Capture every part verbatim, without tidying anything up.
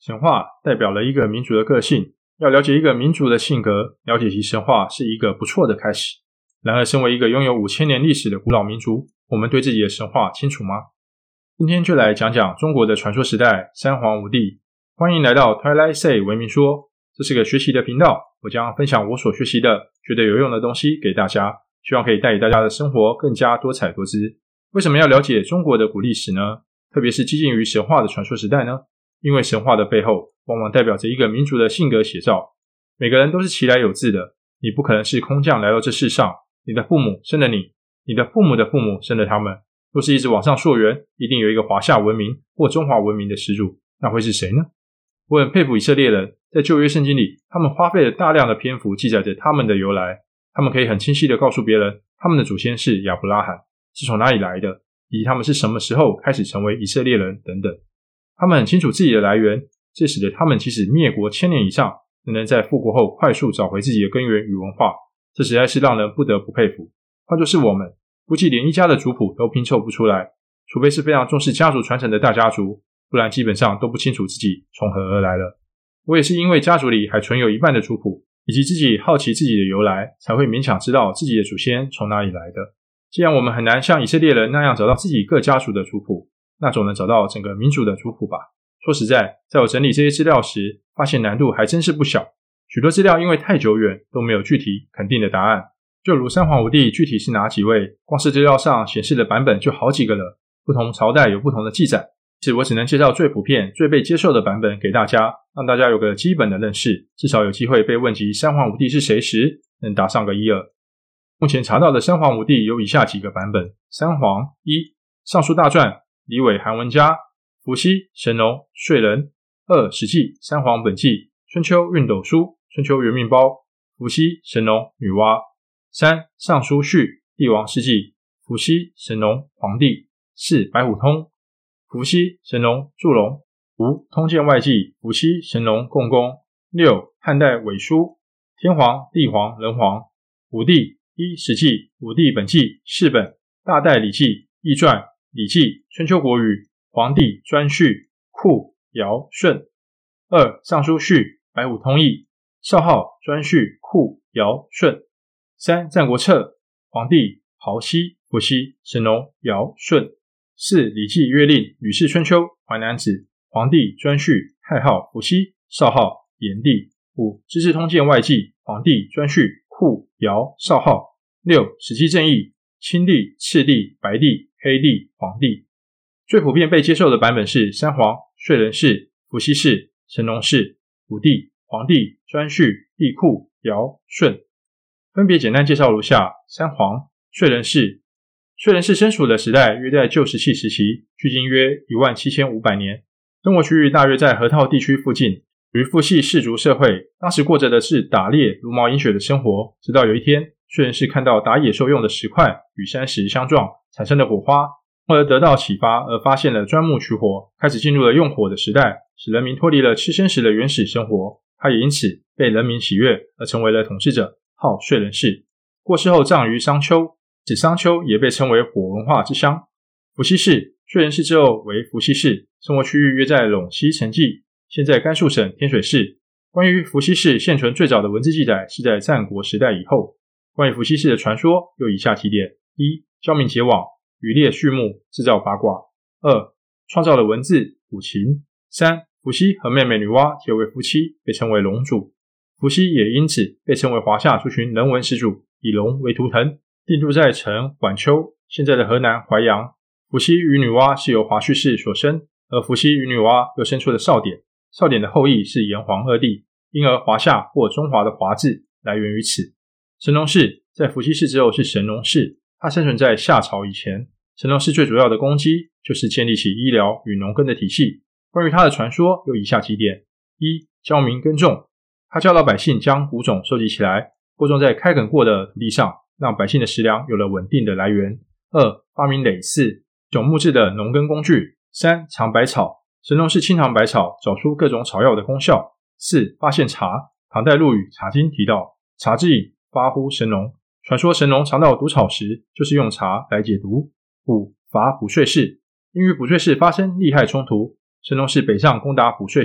神话代表了一个民族的个性，要了解一个民族的性格，了解其神话是一个不错的开始。然而身为一个拥有五千年历史的古老民族，我们对自己的神话清楚吗？今天就来讲讲中国的传说时代三皇五帝。欢迎来到 Twilight Say 维明说，这是个学习的频道，我将分享我所学习的觉得有用的东西给大家，希望可以带给大家的生活更加多彩多姿。为什么要了解中国的古历史呢？特别是接近于神话的传说时代呢？因为神话的背后往往代表着一个民族的性格写照。每个人都是其来有自的，你不可能是空降来到这世上，你的父母生了你，你的父母的父母生了他们。若是一直往上溯源，一定有一个华夏文明或中华文明的始祖，那会是谁呢？我很佩服以色列人，在旧约圣经里，他们花费了大量的篇幅记载着他们的由来，他们可以很清晰地告诉别人，他们的祖先是亚伯拉罕，是从哪里来的，以及他们是什么时候开始成为以色列人等等。他们很清楚自己的来源，这使得他们即使灭国千年以上，仍能在复国后快速找回自己的根源与文化，这实在是让人不得不佩服。换作是我们，估计连一家的族谱都拼凑不出来，除非是非常重视家族传承的大家族，不然基本上都不清楚自己从何而来了。我也是因为家族里还存有一半的族谱，以及自己好奇自己的由来，才会勉强知道自己的祖先从哪里来的。既然我们很难像以色列人那样找到自己各家族的族谱，那总能找到整个民族的族谱吧。说实在，在我整理这些资料时，发现难度还真是不小。许多资料因为太久远，都没有具体肯定的答案。就如三皇五帝具体是哪几位，光是资料上显示的版本就好几个了，不同朝代有不同的记载。其实我只能介绍最普遍、最被接受的版本给大家，让大家有个基本的认识，至少有机会被问及三皇五帝是谁时，能答上个一二。目前查到的三皇五帝有以下几个版本：三皇一、尚书大传李伟韩文嘉伏羲神农燧人；二、史记三皇本纪春秋运斗书春秋元命包伏羲神农女娲；三、尚书序帝王世纪伏羲神农黄帝；四、白虎通伏羲神农祝融；五、通鉴外记伏羲神农共工；六、汉代伪书天皇地皇人皇；五帝一、史记五帝本纪四本大代礼记易传礼记春秋国语黄帝专序库尧舜；二、尚书序白虎通义少昊专序库尧舜；三、战国策黄帝庖溪伏羲神农尧舜；四、礼记乐令吕氏春秋淮南子黄帝专序太昊伏羲少昊炎帝；五、资治通鉴外记黄帝专序库尧少昊；六、史记正义青帝赤帝白帝黑帝黄帝。最普遍被接受的版本是三皇燧人氏伏羲氏神农氏五帝黄帝专序帝库尧舜。分别简单介绍如下：三皇燧人氏，燧人氏身处的时代约在旧石器时期，距今约一万七千五百年，生活区域大约在河套地区附近，于父系氏族社会，当时过着的是打猎茹毛饮血的生活。直到有一天，燧人氏看到打野兽用的石块与山石相撞，产生了火花，而得到启发而发现了钻木取火，开始进入了用火的时代，使人民脱离了吃生食的原始生活。他也因此被人民喜悦，而成为了统治者，号燧人氏。过世后葬于商丘，此商丘也被称为火文化之乡。伏羲氏，燧人氏之后为伏羲氏，生活区域约在陇西成纪，现在甘肃省天水市。关于伏羲氏现存最早的文字记载是在战国时代以后。关于伏羲氏的传说有以下几点：一、教民结网，渔猎畜牧，制造八卦；二、创造了文字、古琴；三、伏羲和妹妹女娲结为夫妻，被称为龙主。伏羲也因此被称为华夏族群人文始祖，以龙为图腾，定都在陈宛丘，现在的河南淮阳。伏羲与女娲是由华胥氏所生，而伏羲与女娲又生出了少典，少典的后裔是炎黄二帝，因而华夏或中华的华字来源于此。神农氏在伏羲氏之后是神农氏，他生存在夏朝以前。神农氏最主要的功绩就是建立起医疗与农耕的体系。关于他的传说有以下几点：一、教民耕种，他教导百姓将谷种收集起来，播种在开垦过的土地上，让百姓的食粮有了稳定的来源。二、发明耒耜，种木质的农耕工具。三、尝百草，神农氏亲尝百草，找出各种草药的功效。四、发现茶，唐代陆羽茶经提到，茶之饮发乎神农，传说神农尝到毒草时，就是用茶来解毒。五、伐卜燧氏，因与卜燧氏发生利害冲突，神农氏北上攻打卜燧氏，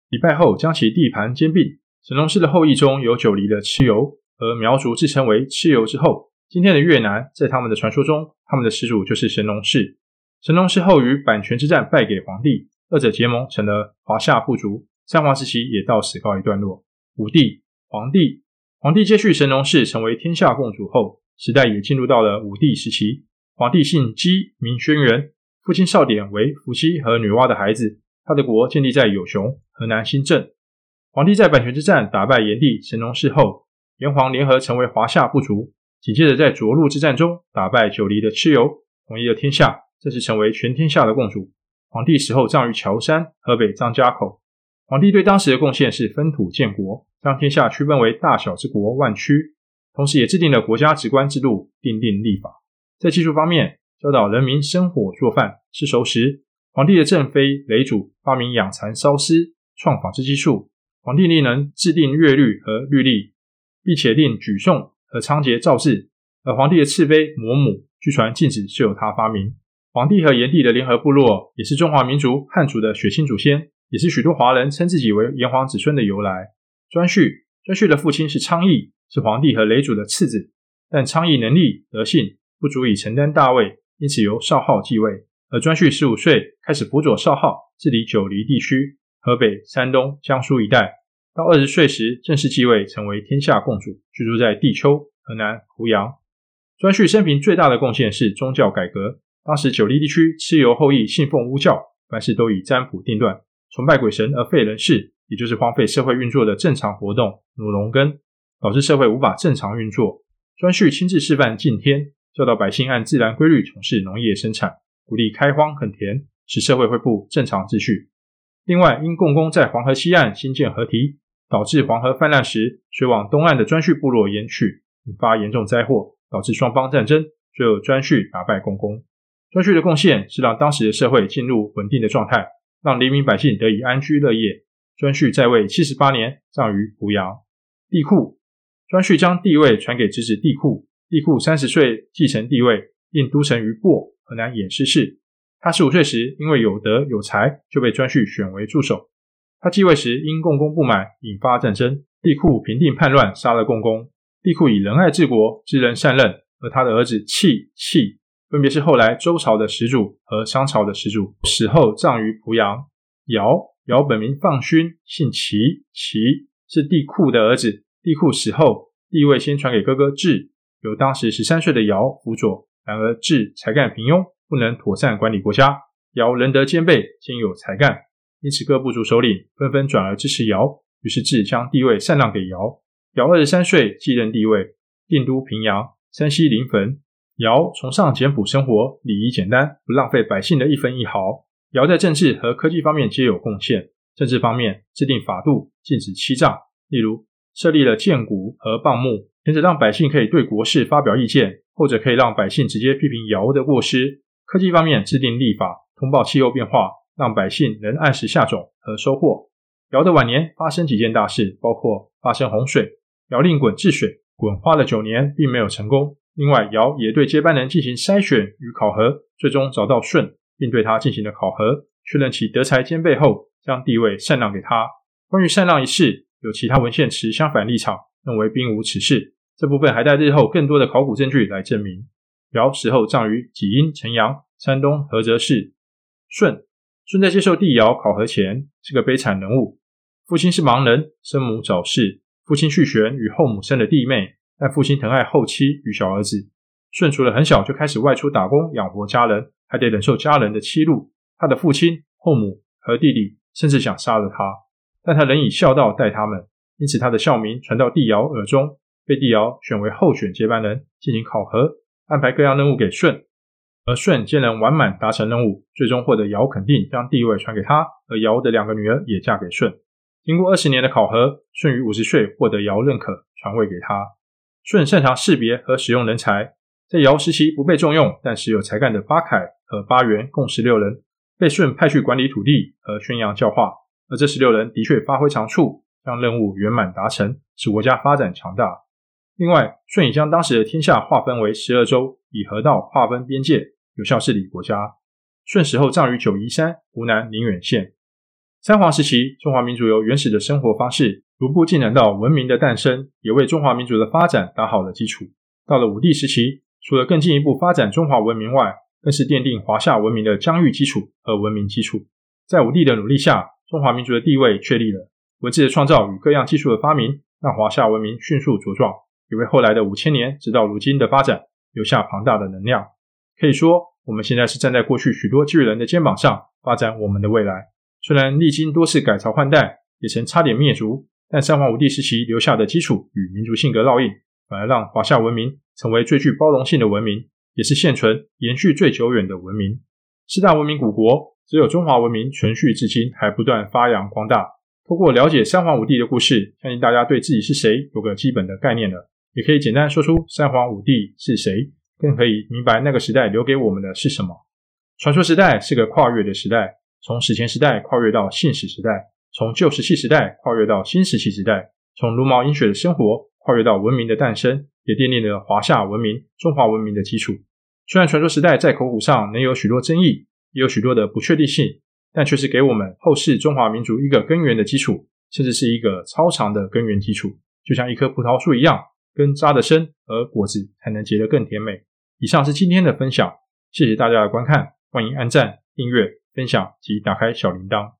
礼拜后将其地盘兼并。神农氏的后裔中有九黎的蚩尤，而苗族自称为蚩尤之后。今天的越南，在他们的传说中，他们的始祖就是神农氏。神农氏后于阪泉之战败给黄帝，二者结盟成了华夏部族，三皇时期也到此告一段落。武帝、黄帝，黄帝接续神农氏成为天下共主后，时代也进入到了武帝时期。黄帝姓姬，名轩辕，父亲少典为伏羲和女娲的孩子，他的国建立在有熊，河南新郑。黄帝在阪泉之战打败炎帝神农氏后，炎黄联合成为华夏部族，紧接着在涿鹿之战中打败九黎的蚩尤，统一了天下，正式成为全天下的共主。黄帝死后葬于乔山，河北张家口。黄帝对当时的贡献是分土建国，将天下区分为大小之国万区，同时也制定了国家职官制度，订定历法。在技术方面，教导人民生火做饭、吃熟食。黄帝的正妃雷祖发明养蚕缫丝，创纺织技术。黄帝令人制定乐律和律例，并且令举颂和仓颉造字。而黄帝的次妃嫫母，据传镜子是由他发明。黄帝和炎帝的联合部落，也是中华民族汉族的血亲祖先，也是许多华人称自己为炎黄子孙的由来。颛顼，颛顼的父亲是昌邑，是黄帝和雷祖的次子，但昌邑能力、德性不足以承担大位，因此由少昊继位。而颛顼十五岁开始辅佐少昊治理九黎地区、河北、山东、江苏一带，到二十岁时正式继位，成为天下共主，居住在地丘、河南濮阳。颛顼生平最大的贡献是宗教改革。当时九黎地区蚩尤后裔信奉巫教，凡事都以占卜定断，崇拜鬼神而废人事，也就是荒废社会运作的正常活动，努农耕，导致社会无法正常运作。颛顼亲自示范敬天，教导百姓按自然规律从事农业生产，鼓励开荒垦田，使社会恢复正常秩序。另外，因共工在黄河西岸兴建河堤，导致黄河泛滥时，水往东岸的颛顼部落淹去，引发严重灾祸，导致双方战争，最后颛顼打败共工。颛顼的贡献是让当时的社会进入稳定的状态，让黎民百姓得以安居乐业。颛顼在位七十八年，葬于濮阳。帝喾，颛顼将帝位传给侄子帝喾，帝喾三十岁继承帝位，并都城于亳，河南偃师市。他十五岁时因为有德有才，就被颛顼选为助手。他继位时因共工不满，引发战争，帝喾平定叛乱，杀了共工。帝喾以仁爱治国，知人善任，而他的儿子契、契分别是后来周朝的始祖和商朝的始祖，死后葬于濮阳。尧，尧本名放勋，姓齐，齐是帝喾的儿子。帝喾死后，帝位先传给哥哥智，由当时十三岁的尧辅佐。然而智才干平庸，不能妥善管理国家。尧仁德兼备，兼有才干，因此各部族首领纷纷转而支持尧，于是智将帝位禅让给尧。尧二十三岁继任帝位，定都平阳，山西临汾。尧崇尚简朴生活，礼仪简单，不浪费百姓的一分一毫。尧在政治和科技方面皆有贡献。政治方面，制定法度，禁止欺诈，例如设立了谏股和谤目，前者让百姓可以对国事发表意见，后者可以让百姓直接批评尧的过失。科技方面，制定历法，通报气候变化，让百姓能按时下种和收获。尧的晚年发生几件大事，包括发生洪水，尧令鲧治水，鲧花了九年并没有成功。另外，尧也对接班人进行筛选与考核，最终找到舜，并对他进行了考核，确认其德才兼备后，将帝位禅让给他。关于禅让一事，有其他文献持相反立场，认为并无此事。这部分还待日后更多的考古证据来证明。尧死后葬于济阴城阳，山东菏泽市。舜，舜在接受帝尧考核前是个悲惨人物，父亲是盲人，生母早逝，父亲续弦与后母生了弟妹，但父亲疼爱后妻与小儿子。舜除了很小就开始外出打工养活家人，还得忍受家人的欺辱。他的父亲、后母和弟弟甚至想杀了他，但他仍以孝道待他们，因此他的孝名传到帝尧耳中，被帝尧选为候选接班人，进行考核，安排各样任务给舜。而舜皆能完满达成任务，最终获得尧肯定，将帝位传给他，而尧的两个女儿也嫁给舜。经过二十年的考核，舜于五十岁获得尧认可，传位给他。舜擅长识别和使用人才，在尧时期不被重用，但时有才干的巴凯和巴元共十六人，被舜派去管理土地和宣扬教化，而这十六人的确发挥长处，让任务圆满达成，使国家发展强大。另外，舜已将当时的天下划分为十二州，以河道划分边界，有效治理国家。舜死后葬于九嶷山，湖南宁远县。 三皇时期，中华民族由原始的生活方式逐步进展到文明的诞生，也为中华民族的发展打好了基础。到了武帝时期，除了更进一步发展中华文明外，更是奠定华夏文明的疆域基础和文明基础。在武帝的努力下，中华民族的地位确立了，文字的创造与各样技术的发明，让华夏文明迅速茁壮，也为后来的五千年直到如今的发展留下庞大的能量。可以说，我们现在是站在过去许多巨人的肩膀上发展我们的未来。虽然历经多次改朝换代，也曾差点灭族，但三皇五帝时期留下的基础与民族性格烙印，反而让华夏文明成为最具包容性的文明，也是现存延续最久远的文明。四大文明古国，只有中华文明存续至今，还不断发扬光大。透过了解三皇五帝的故事，相信大家对自己是谁有个基本的概念了，也可以简单说出三皇五帝是谁，更可以明白那个时代留给我们的是什么。传说时代是个跨越的时代，从史前时代跨越到信史时代，从旧石器时代跨越到新石器时代，从茹毛饮血的生活跨越到文明的诞生，也奠定了华夏文明、中华文明的基础。虽然传说时代在口骨上能有许多争议，也有许多的不确定性，但却是给我们后世中华民族一个根源的基础，甚至是一个超长的根源基础，就像一棵葡萄树一样，根扎得深，而果子才能结得更甜美。以上是今天的分享，谢谢大家的观看，欢迎按赞、订阅、分享及打开小铃铛。